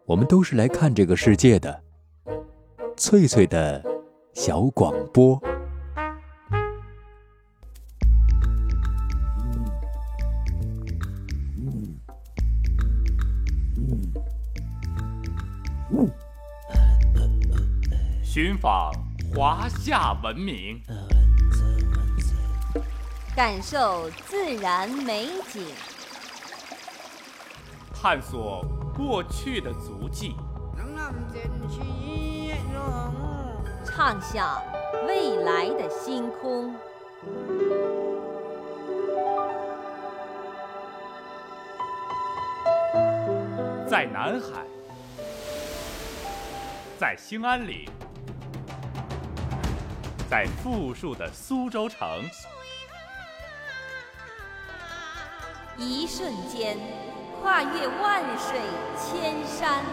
我们都是来看这个世界的。翠翠的小广播。 寻访华夏文明， 感受自然美景， 探索过去的足迹， 畅想未来的星空。 在南海，在兴安岭，在富庶的苏州城， 一瞬间跨越万水千山，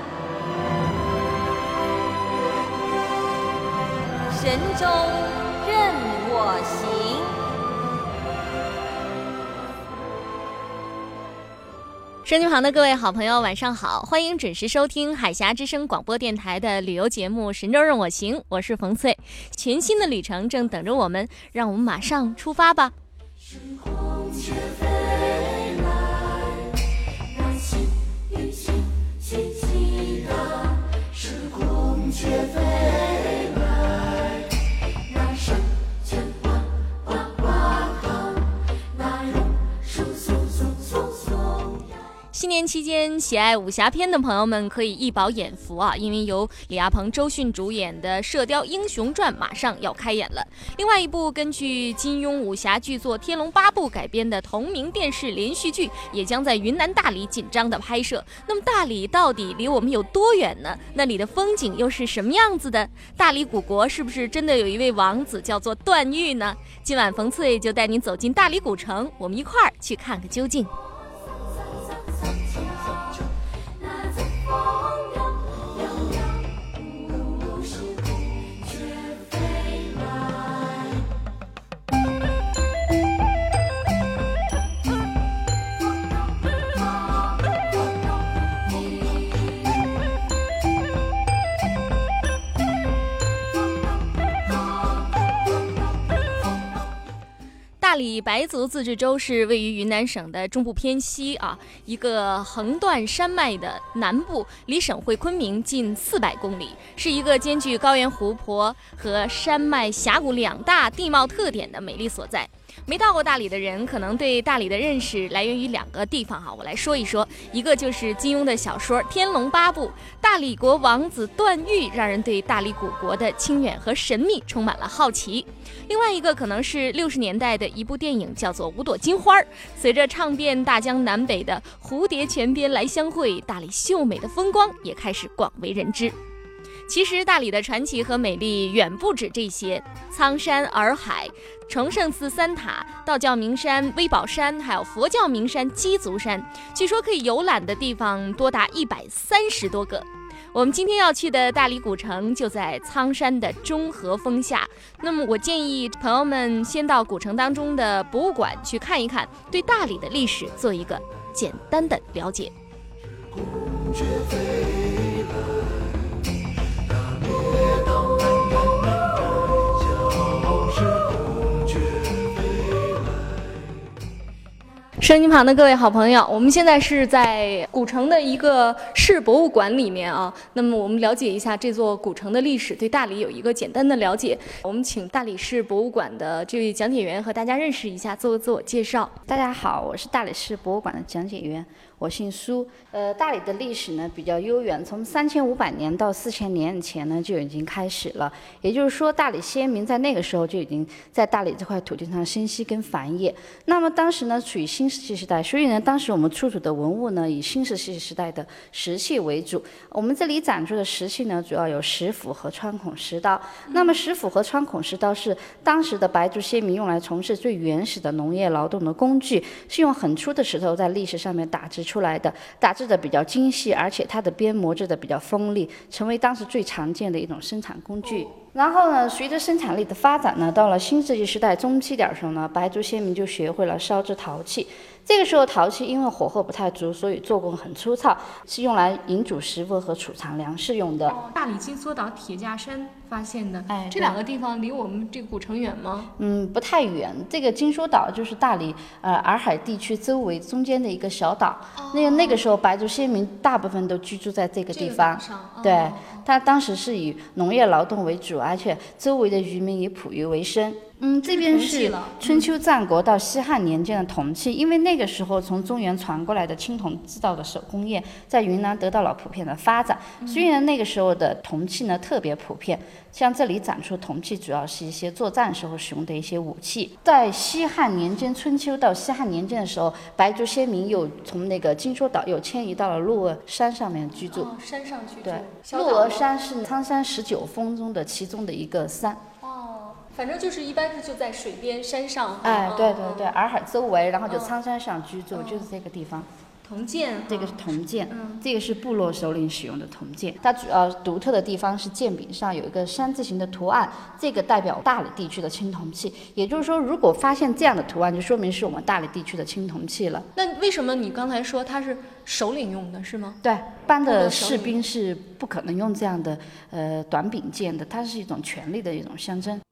神州任我行。 收音机旁的各位好朋友晚上好，欢迎准时收听海峡之声广播电台的旅游节目《神州任我行》，我是冯翠。全新的旅程正等着我们，让我们马上出发吧。 时空却飞来，让心与心齐齐的。时空却飞来，让圣泉哗哗哗淌，那榕树松松松松摇。 新年期间，喜爱武侠片的朋友们可以一饱眼福啊，因为由李亚鹏、周迅主演的《射雕英雄传》马上要开演了。另外一部根据金庸武侠巨作《天龙八部》改编的同名电视连续剧，也将在云南大理紧张的拍摄。那么大理到底离我们有多远呢？那里的风景又是什么样子的？大理古国是不是真的有一位王子叫做段誉呢？今晚冯翠就带您走进大理古城，我们一块儿去看个究竟。大理白族自治州是位于云南省的中部偏西啊，一个横断山脉的南部，离省会昆明近400公里，是一个兼具高原湖泊和山脉峡谷两大地貌特点的美丽所在。没到过大理的人可能对大理的认识来源于2个地方哈，我来说一说。一个就是金庸的小说《天龙八部》，大理国王子段誉让人对大理古国的清远和神秘充满了好奇。另外一个可能是60年代的一部电影，叫做《五朵金花》。随着唱遍大江南北的蝴蝶泉边来相会，大理秀美的风光也开始广为人知。其实大理的传奇和美丽远不止这些，苍山洱海、崇圣寺三塔、道教名山威宝山，还有佛教名山鸡足山，据说可以游览的地方多达130多个。我们今天要去的大理古城就在苍山的中和峰下，那么我建议朋友们先到古城当中的博物馆去看一看，对大理的历史做一个简单的了解。收音机旁的各位好朋友，我们现在是在古城的一个市博物馆里面啊。那么我们了解一下这座古城的历史，对大理有一个简单的了解。我们请大理市博物馆的这位讲解员和大家认识一下，做个自我介绍。 大家好，我是大理市博物馆的讲解员，我姓苏。大理的历史呢比较悠远，从3500年到4000年前呢就已经开始了。也就是说，大理先民在那个时候就已经在大理这块土地上生息跟繁衍。那么当时呢处于新石器时代，所以呢当时我们出土的文物呢以新石器时代的石器为主。我们这里展出的石器呢主要有石斧和穿孔石刀。那么石斧和穿孔石刀是当时的白族先民用来从事最原始的农业劳动的工具，是用很粗的石头在砾石上面打制出来的，打制的比较精细，而且它的边磨制的比较锋利，成为当时最常见的一种生产工具。然后呢，随着生产力的发展呢，到了新石器时代中期点的时候呢，白族先民就学会了烧制陶器。 这个时候陶器因为火候不太足，所以做工很粗糙，是用来饮煮食物和储藏粮食用的。 大理金梭岛铁架山发现的， 哎， 这两个地方离我们这个古城远吗？ 不太远。这个金梭岛就是大理洱海地区周围中间的一个小岛。那个时候白族先民大部分都居住在这个地方。对，他当时是以农业劳动为主，而且周围的渔民以捕鱼为生。这边是春秋战国到西汉年间的铜器，因为那个时候从中原传过来的青铜制造的手工业在云南得到了普遍的发展，所以呢那个时候的铜器呢特别普遍。像这里展出铜器，主要是一些作战时候使用的一些武器。在西汉年间，春秋到西汉年间的时候，白族先民又从那个金梭岛又迁移到了鹿峨山上面居住。 山上居住。 对，鹿峨山是苍山19峰中的其中的一个山。 反正就是一般是就在水边山上。 对，洱海周围，然后就苍山上居住，就是这个地方。 铜剑， 这个是铜剑，这个是部落首领使用的铜剑。它主要独特的地方是剑柄上有一个山字形的图案，这个代表大理地区的青铜器。也就是说，如果发现这样的图案，就说明是我们大理地区的青铜器了。 那为什么你刚才说它是首领用的，是吗？ 对，一般的士兵是不可能用这样的短柄剑的，它是一种权力的一种象征。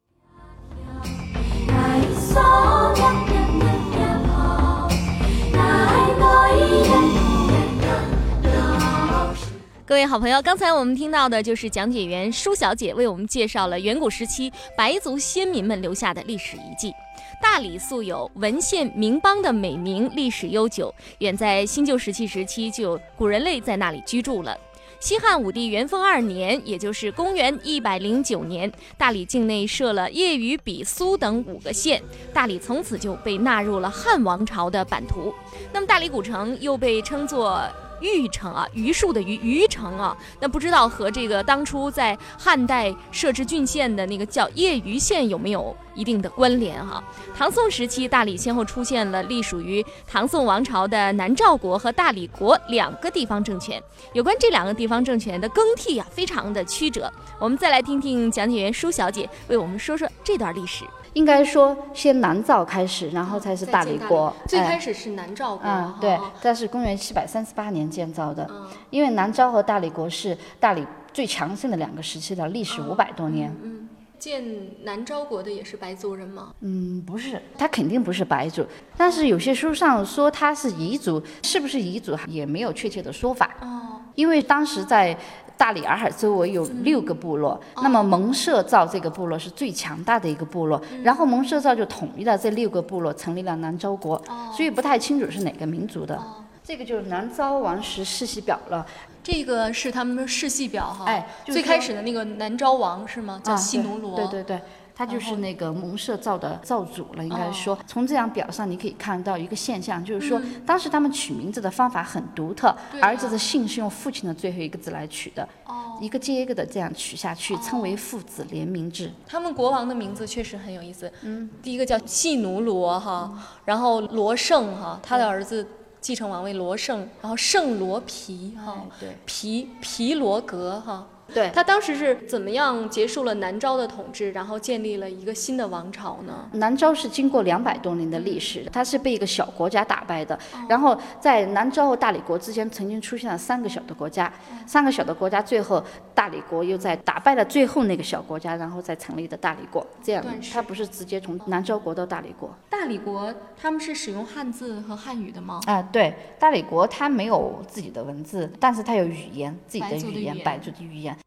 各位好朋友，刚才我们听到的就是讲解员舒小姐为我们介绍了远古时期白族先民们留下的历史遗迹。大理素有文献名邦的美名，历史悠久，远在新旧石器时期就有古人类在那里居住了。西汉武帝元丰2年，也就是公元109年，大理境内设了叶鱼、比苏等5个县，大理从此就被纳入了汉王朝的版图。那么大理古城又被称作玉城啊，榆树的榆城啊，那不知道和这个当初在汉代设置郡县的那个叫叶鱼县有没有一定的关联哈？唐宋时期，大理先后出现了隶属于唐宋王朝的南诏国和大理国2个地方政权。有关这2个地方政权的更替啊，非常的曲折。我们再来听听讲解员舒小姐为我们说说这段历史。 应该说先南诏开始，然后才是大理国。 最开始是南诏国。 对，它是公元738年建造的。因为南诏和大理国是大理最强盛的2个时期的历史500多年。 建南诏国的也是白族人吗？ 不是，他肯定不是白族，但是有些书上说他是彝族，是不是彝族也没有确切的说法。因为当时在大理洱海周围有6个部落，那么蒙舍赵这个部落是最强大的一个部落，然后蒙舍赵就统一了这6个部落，成立了南诏国，所以不太清楚是哪个民族的。这个就是南诏王时世系表了。 这个是他们的世系表哈，最开始的那个南诏王是吗？叫细奴罗。 对，他就是那个蒙舍赵的赵主了，应该说。从这张表上你可以看到一个现象，就是说当时他们取名字的方法很独特，儿子的姓是用父亲的最后一个字来取的，一个接一个的这样取下去，称为父子联名制。 他们国王的名字确实很有意思，第一个叫细奴罗哈，然后罗胜哈，他的儿子继承王位罗胜，然后胜罗皮哈，皮罗格哈。 对， 他当时是怎么样结束了南诏的统治，然后建立了一个新的王朝呢？ 南诏是经过200多年的历史，它是被一个小国家打败的。然后在南诏和大理国之间曾经出现了3个小的国家，3个小的国家最后大理国又在打败了最后那个小国家，然后再成立的大理国。这样，它不是直接从南诏国到大理国。 大理国他们是使用汉字和汉语的吗？ 对，大理国它没有自己的文字，但是它有语言，自己的语言，白族的语言。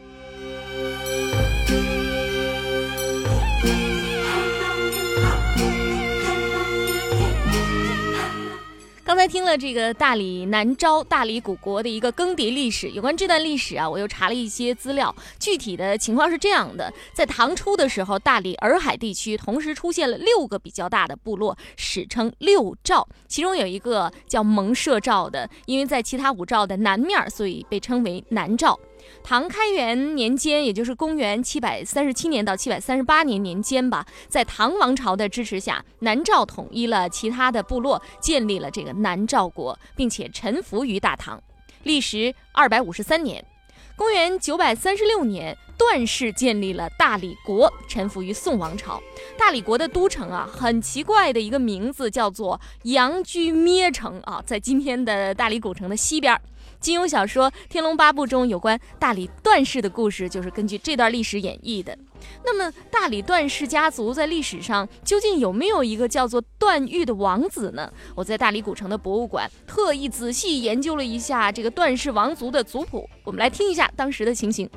刚才听了这个大理南诏大理古国的一个更迭历史，有关这段历史啊，我又查了一些资料，具体的情况是这样的：在唐初的时候，大理洱海地区同时出现了6个比较大的部落，史称6诏，其中有一个叫蒙舍诏的，因为在其他5诏的南面，所以被称为南诏。唐开元年间，也就是公元737年到738年年间吧，在唐王朝的支持下，南诏统一了其他的部落，建立了这个南诏国，并且臣服于大唐。历时253年。 公元936年，段氏建立了大理国，臣服于宋王朝。大理国的都城啊，很奇怪的一个名字，叫做阳居咩城啊，在今天的大理古城的西边。金庸小说《天龙八部》中有关大理段氏的故事，就是根据这段历史演绎的。那么，大理段氏家族在历史上究竟有没有一个叫做段誉的王子呢？我在大理古城的博物馆特意仔细研究了一下这个段氏王族的族谱，我们来听一下当时的情形。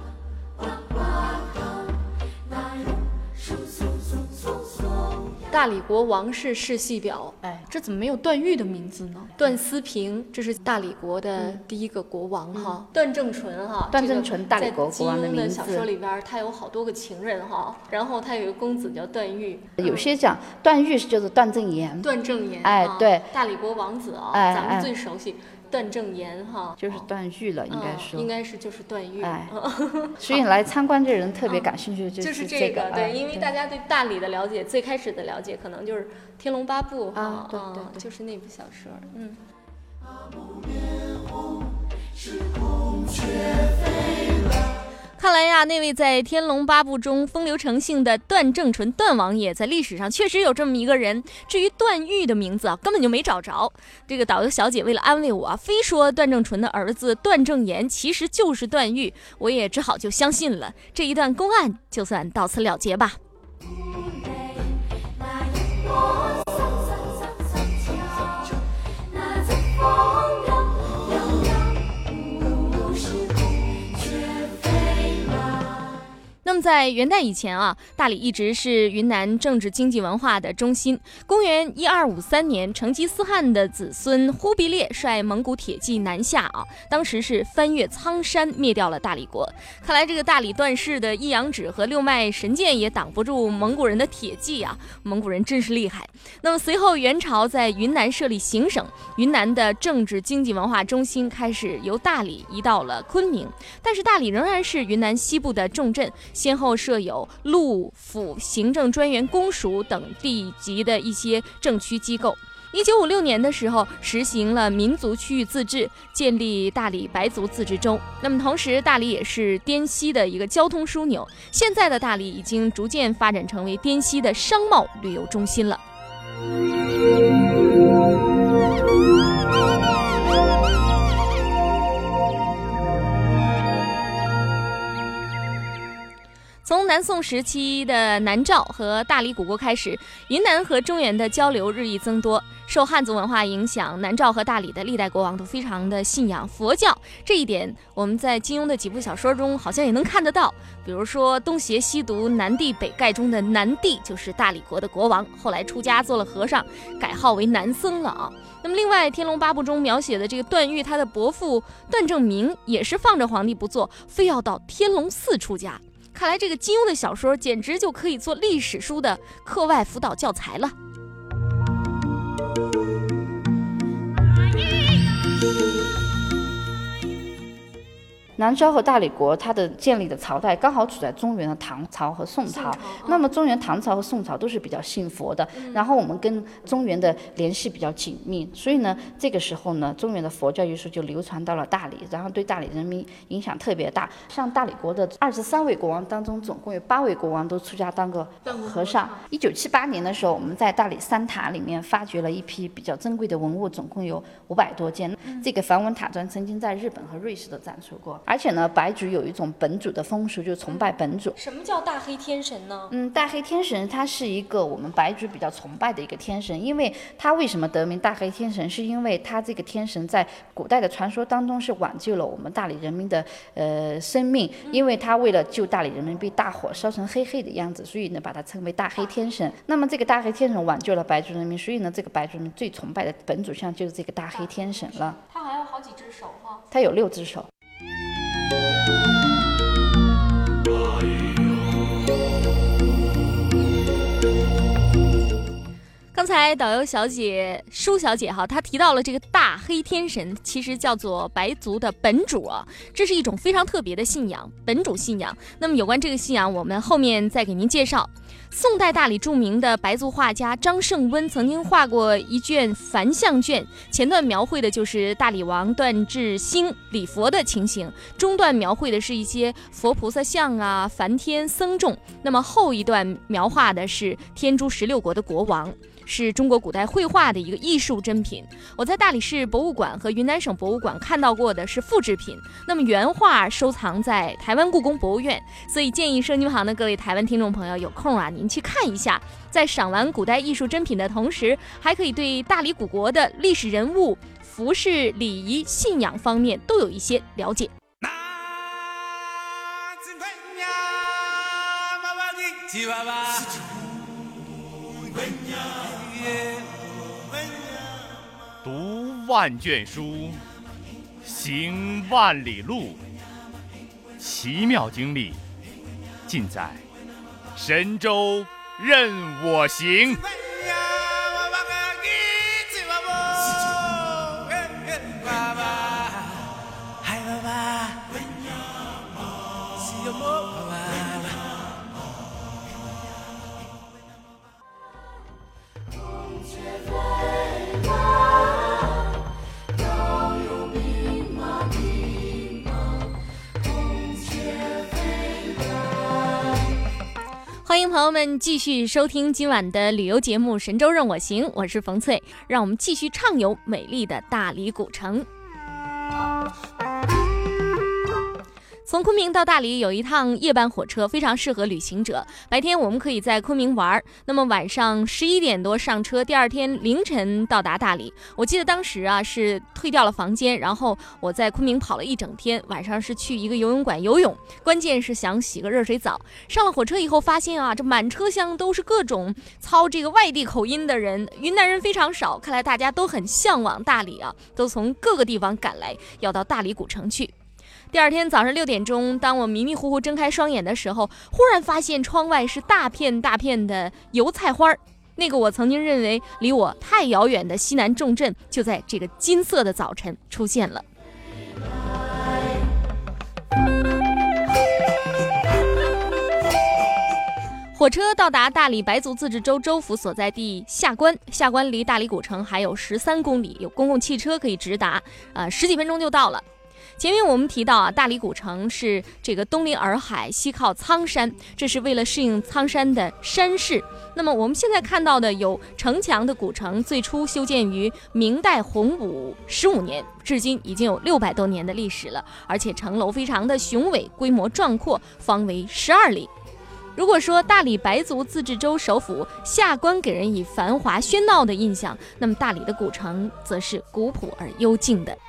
大理国王室世系表，这怎么没有段誉的名字呢？段思平，这是大理国的第一个国王哈。段正淳哈， 段正淳大理国国王的名字。 在金庸的小说里边，他有好多个情人哈，然后他有一个公子叫段誉。 有些讲段誉就是段正言。 段正言， 对， 大理国王子啊，咱们最熟悉。段正言哈， 就是段誉了，应该说， 应该是就是段誉。 所以来参观这人特别感兴趣， 就是这个，对，因为大家对大理的了解，最开始的了解可能就是《天龙八部》哈， 对， 就是那部小说，看来呀，那位在《天龙八部》中风流成性的段正淳段王爷，在历史上确实有这么一个人。至于段誉的名字啊，根本就没找着。这个导游小姐为了安慰我啊，非说段正淳的儿子段正言其实就是段誉，我也只好就相信了。这一段公案就算到此了结吧。那么在元代以前啊，大理一直是云南政治经济文化的中心。公元1253年，成吉思汗的子孙忽必烈率蒙古铁骑南下啊，当时是翻越苍山，灭掉了大理国。看来这个大理段氏的一阳指和六脉神剑也挡不住蒙古人的铁骑啊，蒙古人真是厉害。那么随后元朝在云南设立行省，云南的政治经济文化中心开始由大理移到了昆明，但是大理仍然是云南西部的重镇。先后设有路、府、行政专员公署等地级的一些政区机构。1956年的时候，实行了民族区域自治，建立大理白族自治州。那么同时，大理也是滇西的一个交通枢纽。现在的大理已经逐渐发展成为滇西的商贸旅游中心了。从南宋时期的南诏和大理古国开始，云南和中原的交流日益增多。受汉族文化影响，南诏和大理的历代国王都非常的信仰佛教，这一点我们在金庸的几部小说中好像也能看得到。比如说东邪西毒南帝北丐中的南帝就是大理国的国王，后来出家做了和尚，改号为南僧了啊。那么另外《天龙八部》中描写的这个段誉，他的伯父段正明也是放着皇帝不做，非要到天龙寺出家。看来这个金庸的小说简直就可以做历史书的课外辅导教材了。 南诏和大理国它的建立的朝代刚好处在中原的唐朝和宋朝，那么中原唐朝和宋朝都是比较信佛的，然后我们跟中原的联系比较紧密，所以呢这个时候呢中原的佛教艺术就流传到了大理，然后对大理人民影响特别大。像大理国的23位国王当中，总共有8位国王都出家当过和尚。1978年的时候，我们在大理三塔里面发掘了一批比较珍贵的文物，总共有500多件。这个梵文塔砖曾经在日本和瑞士都展出过。而且呢，白族有一种本主的风俗，就是崇拜本主。 什么叫大黑天神呢？ 大黑天神它是一个我们白族比较崇拜的一个天神，因为它为什么得名大黑天神，是因为它这个天神在古代的传说当中是挽救了我们大理人民的生命，因为他为了救大理人民被大火烧成黑黑的样子，所以呢把它称为大黑天神。那么这个大黑天神挽救了白族人民，所以呢这个白族人民最崇拜的本主像就是这个大黑天神了。 他还有好几只手哈， 他有6只手。 刚刚才导游小姐舒小姐她提到了这个大黑天神，其实叫做白族的本主啊，这是一种非常特别的信仰，本主信仰。那么有关这个信仰，我们后面再给您介绍。宋代大理著名的白族画家张胜温曾经画过一卷梵像卷，前段描绘的就是大理王段智兴礼佛的情形，中段描绘的是一些佛菩萨像啊、梵天僧众，那么后一段描画的是天竺16国的国王，是中国古代绘画的一个艺术珍品。我在大理市博物馆和云南省博物馆看到过的是复制品，那么原画收藏在台湾故宫博物院，所以建议收音旁的各位台湾听众朋友有空啊，您去看一下，在赏完古代艺术珍品的同时，还可以对大理古国的历史人物、服饰、礼仪、信仰方面都有一些了解。 读万卷书，行万里路，奇妙经历尽在神州任我行。 欢迎朋友们继续收听今晚的旅游节目《神州任我行》，我是冯翠，让我们继续畅游美丽的大理古城。从昆明到大理有一趟夜班火车，非常适合旅行者。白天我们可以在昆明玩，那么晚上11点多上车，第二天凌晨到达大理。我记得当时是退掉了房间，然后我在昆明跑了一整天，晚上是去一个游泳馆游泳，关键是想洗个热水澡。上了火车以后发现这满车厢都是各种操这个外地口音的人，云南人非常少，看来大家都很向往大理都从各个地方赶来，要到大理古城去。第二天早上6点钟，当我迷迷糊糊睁开双眼的时候，忽然发现窗外是大片大片的油菜花，那个我曾经认为离我太遥远的西南重镇，就在这个金色的早晨出现了。火车到达大理白族自治州州府所在地下关，下关离大理古城还有13公里，有公共汽车可以直达，10几分钟就到了。前面我们提到大理古城是这个东临洱海，西靠苍山，这是为了适应苍山的山势。那么我们现在看到的有城墙的古城，最初修建于明代洪武15年，至今已经有600多年的历史了，而且城楼非常的雄伟，规模壮阔，方围12里。如果说大理白族自治州首府下关给人以繁华喧闹的印象，那么大理的古城则是古朴而幽静的。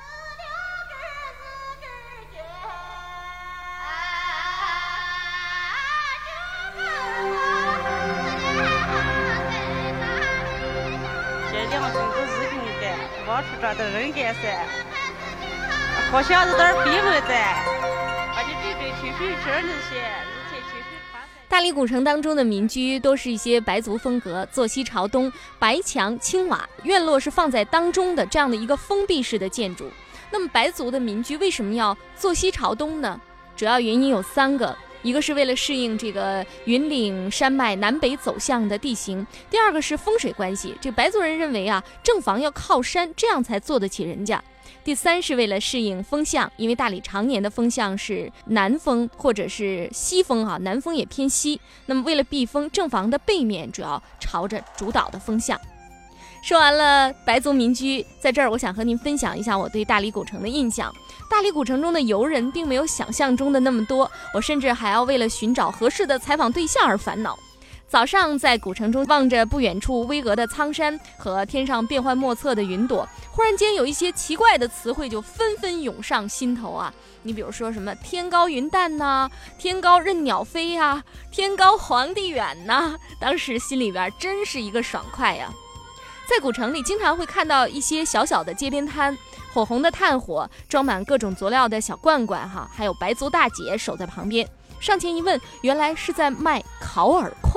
往出抓的人干噻，好像是点闭门噻，把你对对清水车那些，而且清水花。 大理古城当中的民居多是一些白族风格，坐西朝东，白墙青瓦，院落是放在当中的这样的一个封闭式的建筑。那么白族的民居为什么要坐西朝东呢？主要原因有3个。一个是为了适应这个云岭山脉南北走向的地形，第二个是风水关系，这白族人认为正房要靠山，这样才坐得起人家。第3是为了适应风向，因为大理常年的风向是南风或者是西风南风也偏西，那么为了避风，正房的背面主要朝着主导的风向。说完了白族民居，在这儿我想和您分享一下我对大理古城的印象。大理古城中的游人并没有想象中的那么多，我甚至还要为了寻找合适的采访对象而烦恼。早上在古城中望着不远处巍峨的苍山和天上变幻莫测的云朵，忽然间有一些奇怪的词汇就纷纷涌上心头你比如说什么天高云淡呐，天高任鸟飞呀，天高皇帝远呐，当时心里边真是一个爽快呀。在古城里经常会看到一些小小的街边摊，火红的炭火，装满各种佐料的小罐罐还有白族大姐守在旁边。上前一问，原来是在卖烤饵块。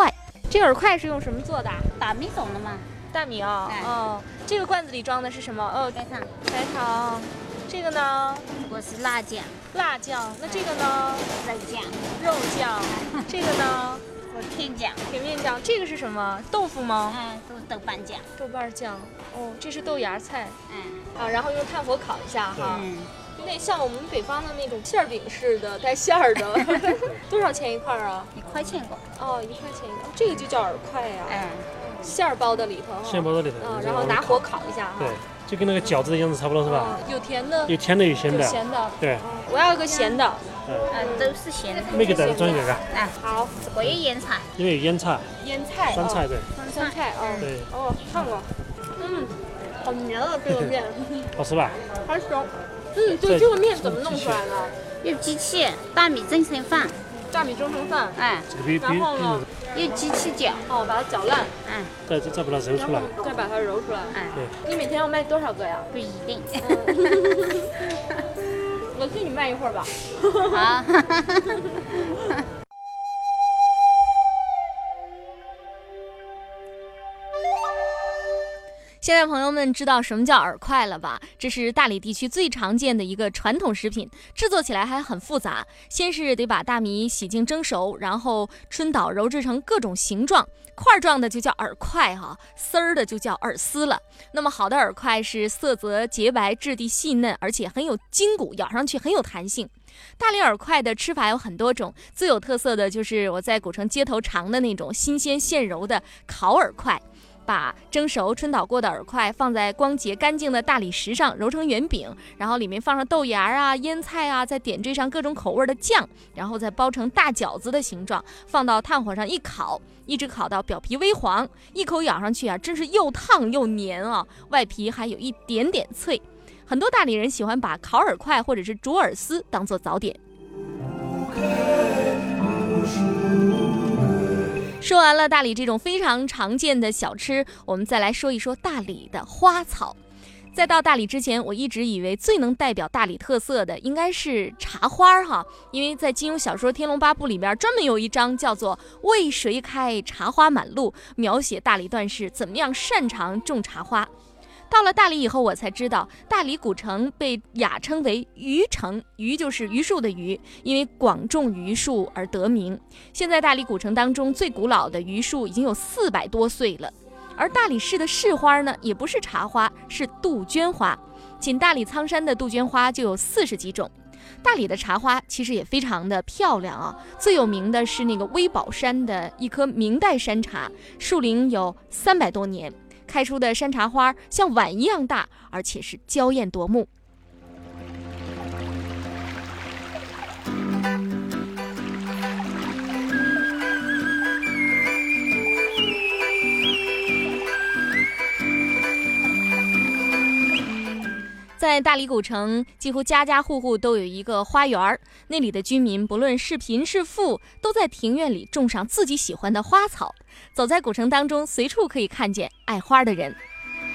这耳块是用什么做的？ 大米种的嘛。 大米啊，哦，这个罐子里装的是什么？哦， 白糖。 白糖。这个呢？ 我是辣酱。 辣酱。那这个呢？ 肉酱。 肉酱。这个呢？ 我甜酱。 甜面酱。这个是什么？豆腐吗？ 都是豆瓣酱。 豆瓣酱。哦，这是豆芽菜。啊，然后用炭火烤一下哈。那像我们北方的那种馅饼式的带馅儿的，多少钱一块啊 ？1块钱一个。 哦，1块钱一个，这个就叫耳块呀。馅儿包在里头。 馅包在里头。 然后拿火烤一下哈。 对，就跟那个饺子的样子差不多是吧？ 有甜的。 有甜的，有咸的。 咸的。 对。 我要一个咸的。 都是咸的。 每个袋子装一个。 好。 这个有腌菜。 因为有腌菜。 腌菜。 酸菜对。 酸菜哦。 对。 哦，看过。好绵啊，这个面。 好吃吧？ 还行。对，这个面怎么弄出来的？ 用机器，大米蒸成饭。 大米蒸成饭。 然后呢？用机器搅。 哦，把它搅烂。 再把它揉出来。 再把它揉出来。 对。 你每天要卖多少个呀？ 不一定。 我替你卖一会儿吧。 好。 现在朋友们知道什么叫耳块了吧？这是大理地区最常见的一个传统食品，制作起来还很复杂。先是得把大米洗净蒸熟，然后春捣揉制成各种形状，块状的就叫耳块哈，丝儿的就叫耳丝了。那么好的耳块是色泽洁白，质地细嫩，而且很有筋骨，咬上去很有弹性。大理耳块的吃法有很多种，最有特色的就是我在古城街头尝的那种新鲜现揉的烤耳块。把蒸熟春捣过的耳块放在光洁干净的大理石上揉成圆饼，然后里面放上豆芽啊、腌菜啊，再点缀上各种口味的酱，然后再包成大饺子的形状，放到炭火上一烤，一直烤到表皮微黄，一口咬上去啊，真是又烫又黏啊，外皮还有一点点脆。很多大理人喜欢把烤耳块或者是煮耳丝当做早点。说完了大理这种非常常见的小吃，我们再来说一说大理的花草。在到大理之前，我一直以为最能代表大理特色的应该是茶花哈，因为在金庸小说《天龙八部》里边专门有一章叫做为谁开茶花满路，描写大理段氏怎么样擅长种茶花。到了大理以后，我才知道大理古城被雅称为榆城，榆就是榆树的榆，因为广种榆树而得名。现在大理古城当中最古老的榆树已经有400多岁了。而大理市的市花呢，也不是茶花，是杜鹃花。仅大理苍山的杜鹃花就有40几种。大理的茶花其实也非常的漂亮啊，最有名的是那个威宝山的一棵明代山茶，树龄有300多年。开出的山茶花像碗一样大，而且是娇艳夺目。在大理古城，几乎家家户户都有一个花园，那里的居民不论是贫是富，都在庭院里种上自己喜欢的花草。走在古城当中，随处可以看见爱花的人。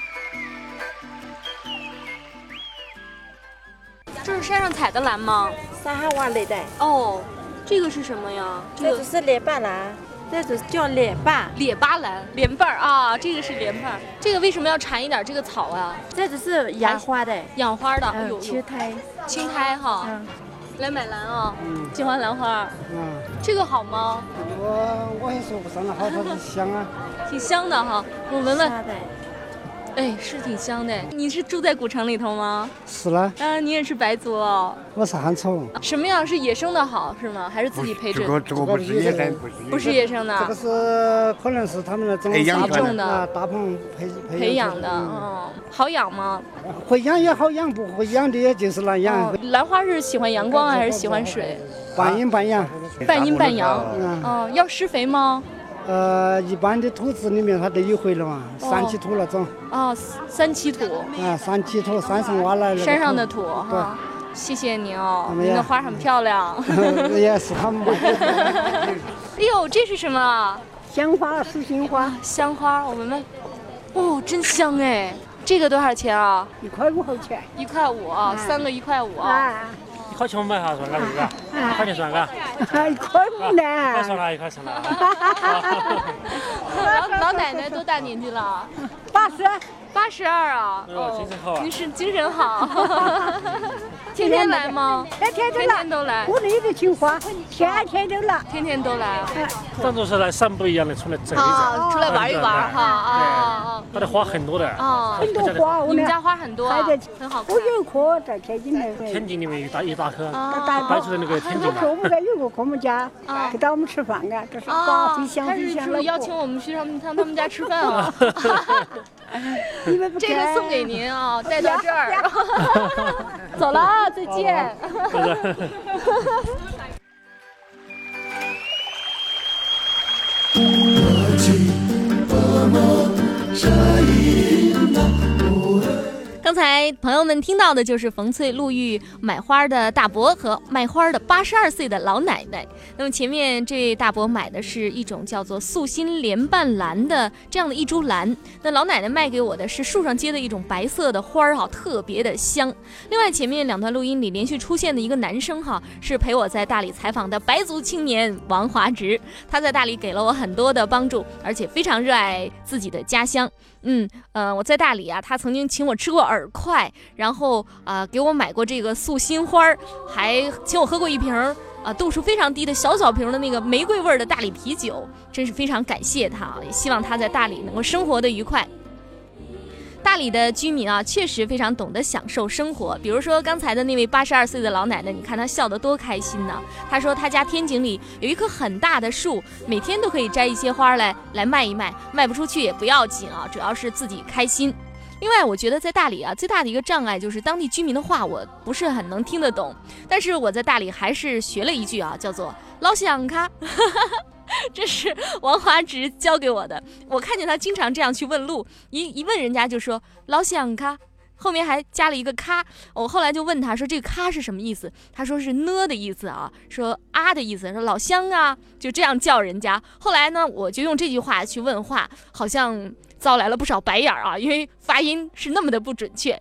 这是山上采的兰吗？ 山上挖来的。 哦，这个是什么呀？ 这就是莲瓣兰，这就是叫莲瓣。 莲瓣兰，莲瓣啊，这个是莲瓣。这个为什么要缠一点这个草啊？ 这只是养花的。 养花的， 青苔。 青苔哈。来买兰啊，喜欢兰花。这个好吗？ 我也说不上来，好，它是香啊， 挺香的哈。我闻闻。哎，是挺香的。你是住在古城里头吗？ 是了。 你也是白族哦。 我是汉族。 什么样是野生的好是吗？还是自己培植？ 这个不是野生， 不是野生的。 这个是可能是他们那种种的大棚培养的。好养吗？ 会养也好养，不会养的也就是难养。 兰花是喜欢阳光还是喜欢水？ 半阴半阳。 半阴半阳。要施肥吗？ 一般的土质里面它都有回了嘛，3期土那种。 3期土。 3期土，山上挖来的。 山上的土哈。谢谢你哦，您的花很漂亮。 也是他们。 哎呦，这是什么？ 香花，素心花。 香花，我闻闻。哦，真香哎！这个多少钱啊？ 1块5毫钱。 1块5啊，3个1块5啊。 块钱买哈算嘎这个，1块钱算嘎。 1块不呢。 1块算了，1块算了。 老奶奶多大年纪了？82啊。 精神好啊。 您是精神好。天天来吗？ 天天都来。 我那个情况，天天都来。 天天都来。 当做是来散步一样的出来走一走， 出来玩一玩哈。 他得花很多的。 很多花， 你们家花很多，很好看。 我有一棵在天津那边。 天津里面一大棵，摆出来那个天津我们家有个科目家，给到我们吃饭啊，这是刮飞香飞香了。 邀请我们去他们家吃饭啊。这个送给您啊，带到这儿。走了啊，再见。刚才朋友们听到的就是冯翠路遇买花的大伯和卖花的82岁的老奶奶。那么前面这位大伯买的是一种叫做素心莲瓣兰的这样的一株兰，那老奶奶卖给我的是树上结的一种白色的花儿特别的香。另外前面2段录音里连续出现的一个男生是陪我在大理采访的白族青年王华直，他在大理给了我很多的帮助，而且非常热爱自己的家乡。我在大理他曾经请我吃过饵块，然后给我买过这个素心花，还请我喝过一瓶度数非常低的小瓶的那个玫瑰味的大理啤酒，真是非常感谢他，也希望他在大理能够生活得愉快。大理的居民确实非常懂得享受生活。比如说刚才的那位82岁的老奶奶，你看她笑得多开心呢。她说她家天井里有一棵很大的树，每天都可以摘一些花来卖一卖，卖不出去也不要紧主要是自己开心。另外我觉得在大理最大的一个障碍就是当地居民的话我不是很能听得懂，但是我在大理还是学了一句叫做老乡卡。这是王华直教给我的，我看见他经常这样去问路，一问人家就说老乡卡，后面还加了一个咖。我后来就问他说这个咖是什么意思，他说是呢的意思说的意思，说老乡就这样叫人家。后来呢我就用这句话去问话，好像遭来了不少白眼因为发音是那么的不准确。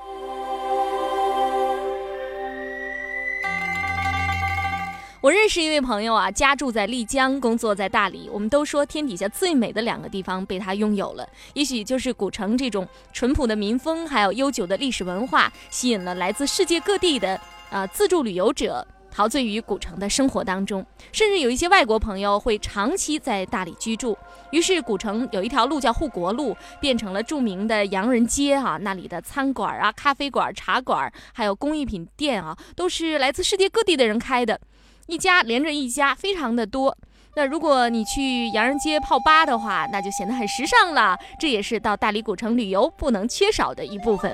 我认识一位朋友家住在丽江，工作在大理。我们都说天底下最美的2个地方被他拥有了，也许就是古城这种淳朴的民风，还有悠久的历史文化，吸引了来自世界各地的自助旅游者陶醉于古城的生活当中。甚至有一些外国朋友会长期在大理居住。于是古城有一条路叫护国路，变成了著名的洋人街那里的餐馆咖啡馆、茶馆，还有工艺品店都是来自世界各地的人开的，一家连着一家，非常的多。那如果你去洋人街泡吧的话，那就显得很时尚了，这也是到大理古城旅游不能缺少的一部分。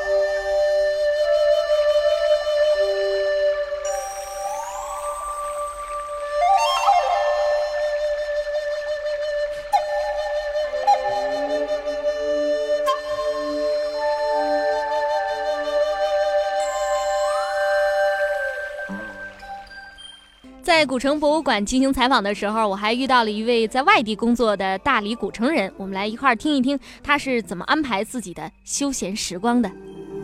在古城博物馆进行采访的时候，我还遇到了一位在外地工作的大理古城人，我们来一块儿听一听他是怎么安排自己的休闲时光的。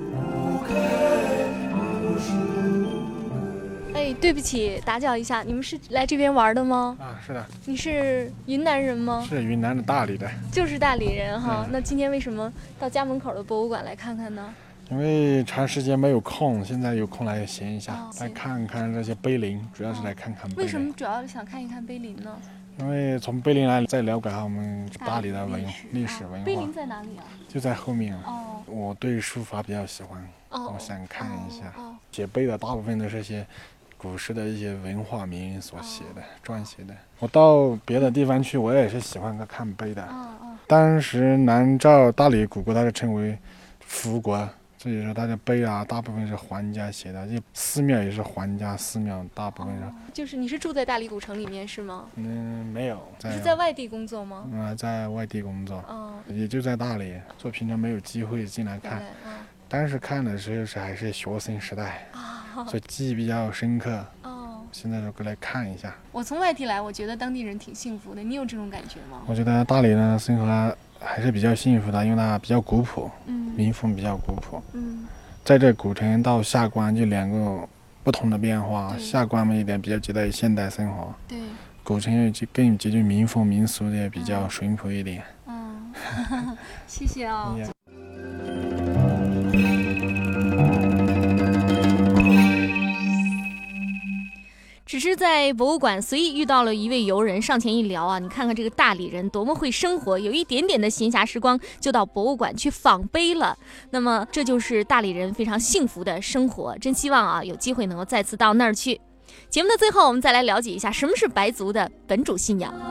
对不起，打搅一下，你们是来这边玩的吗？ 是的。 你是云南人吗？ 是云南的大理的。 就是大理人那今天为什么到家门口的博物馆来看看呢？ 因为长时间没有空，现在有空来闲一下，来看看这些碑林，主要是来看看碑林。 为什么主要想看一看碑林呢？ 因为从碑林来再了解下我们大理的历史文化。 碑林在哪里就在后面我对书法比较喜欢，我想看一下。写碑的大部分都是些古时的一些文化名人所写的撰写的。我到别的地方去，我也是喜欢看碑的。当时南诏大理古国它是称为福国，所以说它的碑大部分是皇家写的，这寺庙也是皇家寺庙，大部分是。 就是你是住在大理古城里面是吗？ 没有。 你是在外地工作吗？ 在外地工作。也就在大理，所以平常没有机会进来看。当时看的时候还是学生时代，所以记忆比较深刻。现在就过来看一下。 我从外地来，我觉得当地人挺幸福的，你有这种感觉吗？ 我觉得大理呢生活还是比较幸福的，因为它比较古朴，民风比较古朴。在这古城到下关就2个不同的变化，下关门一点比较接待现代生活， 对， 古城又更接近民风民俗的，比较淳朴一点。 谢谢哦。只是在博物馆随意遇到了一位游人，上前一聊啊，你看看这个大理人多么会生活，有一点点的闲暇时光就到博物馆去访碑了。那么这就是大理人非常幸福的生活，真希望啊有机会能够再次到那儿去。节目的最后，我们再来了解一下什么是白族的本主信仰。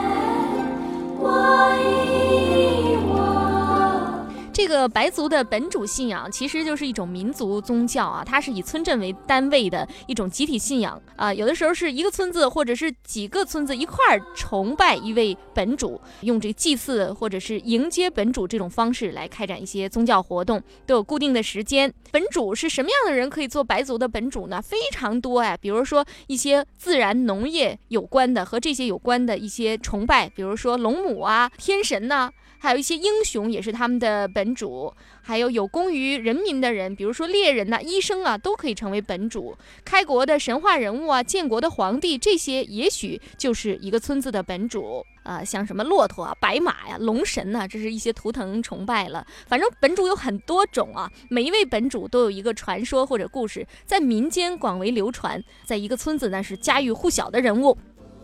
这个白族的本主信仰其实就是一种民族宗教啊，它是以村镇为单位的一种集体信仰啊，有的时候是一个村子或者是几个村子一块儿崇拜一位本主，用这个祭祀或者是迎接本主这种方式来开展一些宗教活动，都有固定的时间。本主是什么样的人可以做白族的本主呢？非常多哎，比如说一些自然农业有关的和这些有关的一些崇拜，比如说龙母啊、天神呐，还有一些英雄也是他们的本主，还有功于人民的人，比如说猎人呐、医生啊，都可以成为本主。开国的神话人物啊、建国的皇帝，这些也许就是一个村子的本主。像什么骆驼啊、白马呀、龙神呐，这是一些图腾崇拜了。反正本主有很多种啊，每一位本主都有一个传说或者故事，在民间广为流传，在一个村子那是家喻户晓的人物。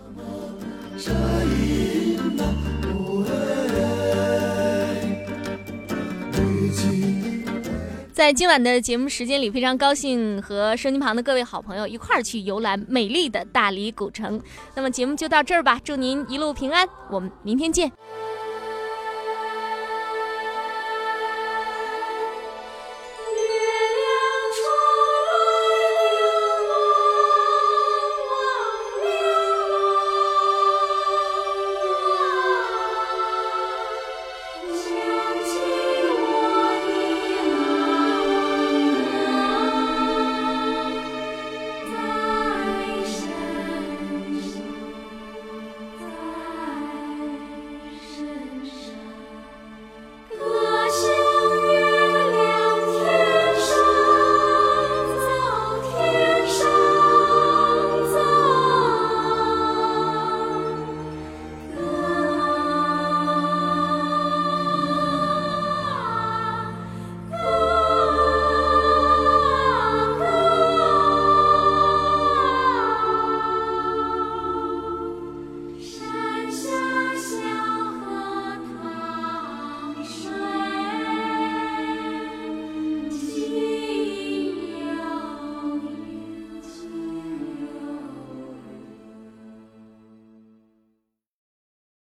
在今晚的节目时间里，非常高兴和收音旁的各位好朋友一块儿去游览美丽的大理古城。那么节目就到这儿吧，祝您一路平安，我们明天见。